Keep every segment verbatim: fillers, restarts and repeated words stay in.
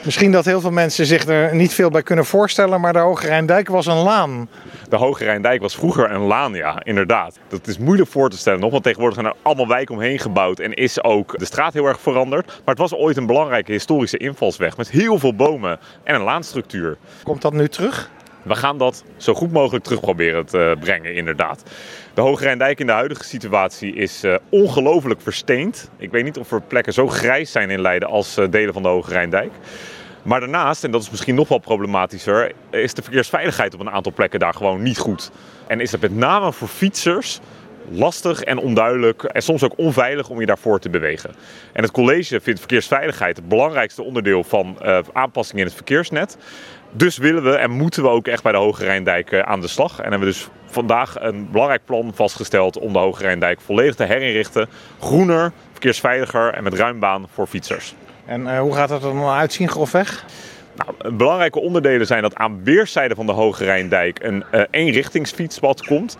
Misschien dat heel veel mensen zich er niet veel bij kunnen voorstellen, maar de Hoge Rijndijk was een laan. De Hoge Rijndijk was vroeger een laan, ja, inderdaad. Dat is moeilijk voor te stellen nog, want tegenwoordig zijn er allemaal wijken omheen gebouwd en is ook de straat heel erg veranderd. Maar het was ooit een belangrijke historische invalsweg met heel veel bomen en een laanstructuur. Komt dat nu terug? We gaan dat zo goed mogelijk terug proberen te brengen, inderdaad. De Hoge Rijndijk in de huidige situatie is uh, ongelooflijk versteend. Ik weet niet of er plekken zo grijs zijn in Leiden als uh, delen van de Hoge Rijndijk. Maar daarnaast, en dat is misschien nog wel problematischer, is de verkeersveiligheid op een aantal plekken daar gewoon niet goed. En is het met name voor fietsers lastig en onduidelijk en soms ook onveilig om je daarvoor te bewegen. En het college vindt verkeersveiligheid het belangrijkste onderdeel van uh, aanpassingen in het verkeersnet. Dus willen we en moeten we ook echt bij de Hoge Rijndijk uh, aan de slag. En hebben we dus vandaag een belangrijk plan vastgesteld om de Hoge Rijndijk volledig te herinrichten. Groener, verkeersveiliger en met ruim baan voor fietsers. En uh, hoe gaat dat er dan uitzien, grofweg? Nou, belangrijke onderdelen zijn dat aan weerszijden van de Hoge Rijndijk een uh, eenrichtingsfietspad komt.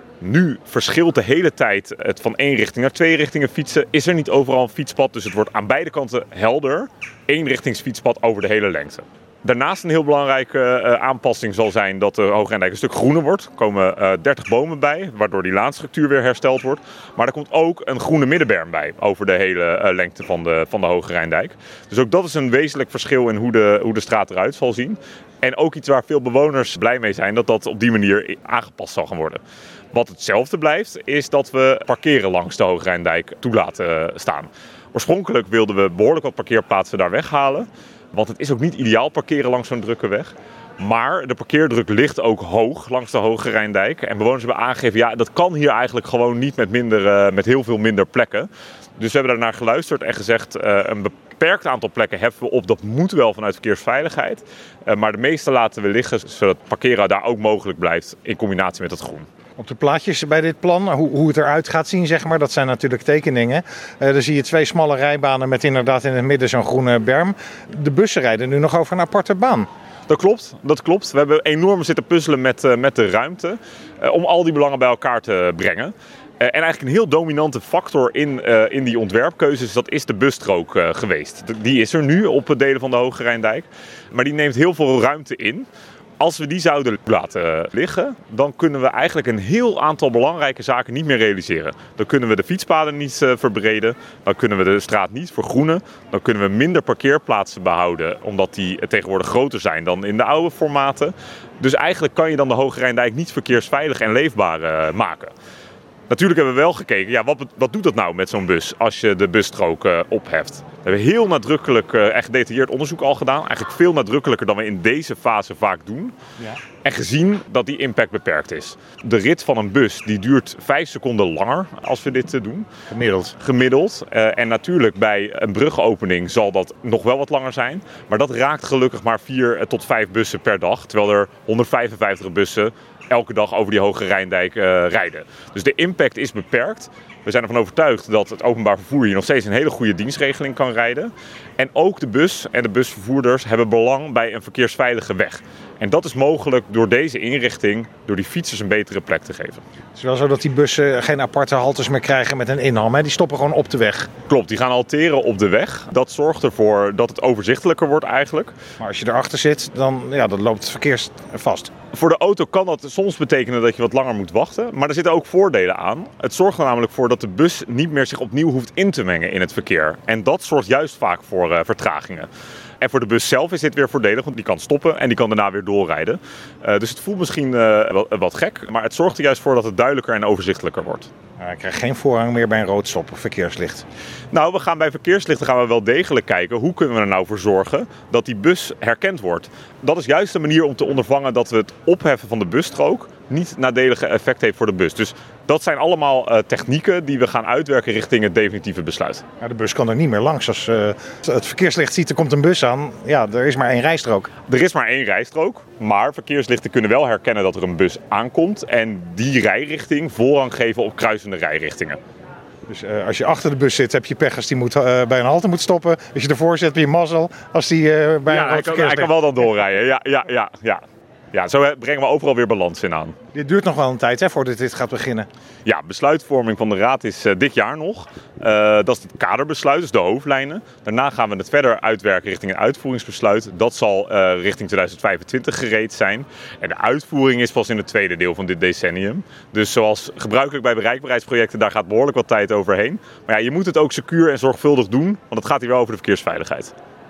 Nu verschilt de hele tijd het van één richting naar twee richtingen fietsen. Is er niet overal een fietspad, dus het wordt aan beide kanten helder. Eenrichtingsfietspad over de hele lengte. Daarnaast een heel belangrijke uh, aanpassing zal zijn dat de Hoge Rijndijk een stuk groener wordt. Er komen uh, dertig bomen bij, waardoor die laanstructuur weer hersteld wordt. Maar er komt ook een groene middenberm bij over de hele uh, lengte van de, van de Hoge Rijndijk. Dus ook dat is een wezenlijk verschil in hoe de, hoe de straat eruit zal zien. En ook iets waar veel bewoners blij mee zijn, dat dat op die manier aangepast zal gaan worden. Wat hetzelfde blijft, is dat we parkeren langs de Hoge Rijndijk toe laten staan. Oorspronkelijk wilden we behoorlijk wat parkeerplaatsen daar weghalen. Want het is ook niet ideaal parkeren langs zo'n drukke weg. Maar de parkeerdruk ligt ook hoog langs de Hoge Rijndijk. En bewoners hebben aangegeven, ja, dat kan hier eigenlijk gewoon niet met, minder, uh, met heel veel minder plekken. Dus we hebben daarnaar geluisterd en gezegd, uh, een beperkt aantal plekken heffen we op. Dat moet wel vanuit verkeersveiligheid. Uh, maar de meeste laten we liggen, zodat parkeren daar ook mogelijk blijft in combinatie met het groen. Op de plaatjes bij dit plan, hoe, hoe het eruit gaat zien, zeg maar, dat zijn natuurlijk tekeningen. Uh, dan zie je twee smalle rijbanen met inderdaad in het midden zo'n groene berm. De bussen rijden nu nog over een aparte baan. Dat klopt, dat klopt. We hebben enorm zitten puzzelen met, uh, met de ruimte uh, om al die belangen bij elkaar te brengen. Uh, en eigenlijk een heel dominante factor in, uh, in die ontwerpkeuzes, dat is de busstrook uh, geweest. Die is er nu op delen van de Hoge Rijndijk, maar die neemt heel veel ruimte in. Als we die zouden laten liggen, dan kunnen we eigenlijk een heel aantal belangrijke zaken niet meer realiseren. Dan kunnen we de fietspaden niet uh, verbreden, dan kunnen we de straat niet vergroenen, dan kunnen we minder parkeerplaatsen behouden, omdat die tegenwoordig groter zijn dan in de oude formaten. Dus eigenlijk kan je dan de Hoge Rijndijk niet verkeersveilig en leefbaar uh, maken. Natuurlijk hebben we wel gekeken, ja, wat, wat doet dat nou met zo'n bus als je de busstrook uh, opheft? We hebben heel nadrukkelijk uh, en gedetailleerd onderzoek al gedaan. Eigenlijk veel nadrukkelijker dan we in deze fase vaak doen. Ja. En gezien dat die impact beperkt is. De rit van een bus die duurt vijf seconden langer als we dit uh, doen. Gemiddeld. Gemiddeld. Uh, en natuurlijk bij een brugopening zal dat nog wel wat langer zijn. Maar dat raakt gelukkig maar vier tot vijf bussen per dag. Terwijl er honderdvijfenvijftig bussen elke dag over die Hoge Rijndijk uh, rijden. Dus de impact is beperkt. We zijn ervan overtuigd dat het openbaar vervoer hier nog steeds een hele goede dienstregeling kan rijden. En ook de bus en de busvervoerders hebben belang bij een verkeersveilige weg. En dat is mogelijk door deze inrichting, door die fietsers een betere plek te geven. Het is wel zo dat die bussen geen aparte haltes meer krijgen met een inham. Hè? Die stoppen gewoon op de weg. Klopt, die gaan halteren op de weg. Dat zorgt ervoor dat het overzichtelijker wordt eigenlijk. Maar als je erachter zit, dan, ja, dan loopt het verkeer vast. Voor de auto kan dat soms betekenen dat je wat langer moet wachten. Maar er zitten ook voordelen aan. Het zorgt er namelijk voor dat de bus niet meer zich opnieuw hoeft in te mengen in het verkeer. En dat zorgt juist vaak voor uh, vertragingen. En voor de bus zelf is dit weer voordelig, want die kan stoppen en die kan daarna weer doorrijden. Uh, dus het voelt misschien uh, wat, wat gek, maar het zorgt er juist voor dat het duidelijker en overzichtelijker wordt. Ik krijg geen voorrang meer bij een rood stop of verkeerslicht. Nou, we gaan bij verkeerslichten gaan we wel degelijk kijken hoe kunnen we er nou voor zorgen dat die bus herkend wordt. Dat is juist de manier om te ondervangen dat we het opheffen van de busstrook niet nadelige effect heeft voor de bus. Dus dat zijn allemaal uh, technieken die we gaan uitwerken richting het definitieve besluit. Ja, de bus kan er niet meer langs. Als uh, het verkeerslicht ziet, er komt een bus aan. Ja, er is maar één rijstrook. Er is maar één rijstrook, maar verkeerslichten kunnen wel herkennen dat er een bus aankomt en die rijrichting voorrang geven op kruisende rijrichtingen. Dus uh, als je achter de bus zit, heb je pech als die moet, uh, bij een halte moet stoppen. Als je ervoor zit, heb je mazzel als die uh, bij ja, een rood hij kan, hij kan wel dan doorrijden. Ja, ja, ja, ja. Ja, zo brengen we overal weer balans in aan. Dit duurt nog wel een tijd hè, voordat dit gaat beginnen. Ja, besluitvorming van de Raad is uh, dit jaar nog. Uh, dat is het kaderbesluit, dus de hoofdlijnen. Daarna gaan we het verder uitwerken richting een uitvoeringsbesluit. Dat zal uh, richting tweeduizend vijfentwintig gereed zijn. En de uitvoering is pas in het tweede deel van dit decennium. Dus zoals gebruikelijk bij bereikbaarheidsprojecten, daar gaat behoorlijk wat tijd overheen. Maar ja, je moet het ook secuur en zorgvuldig doen, want het gaat hier wel over de verkeersveiligheid.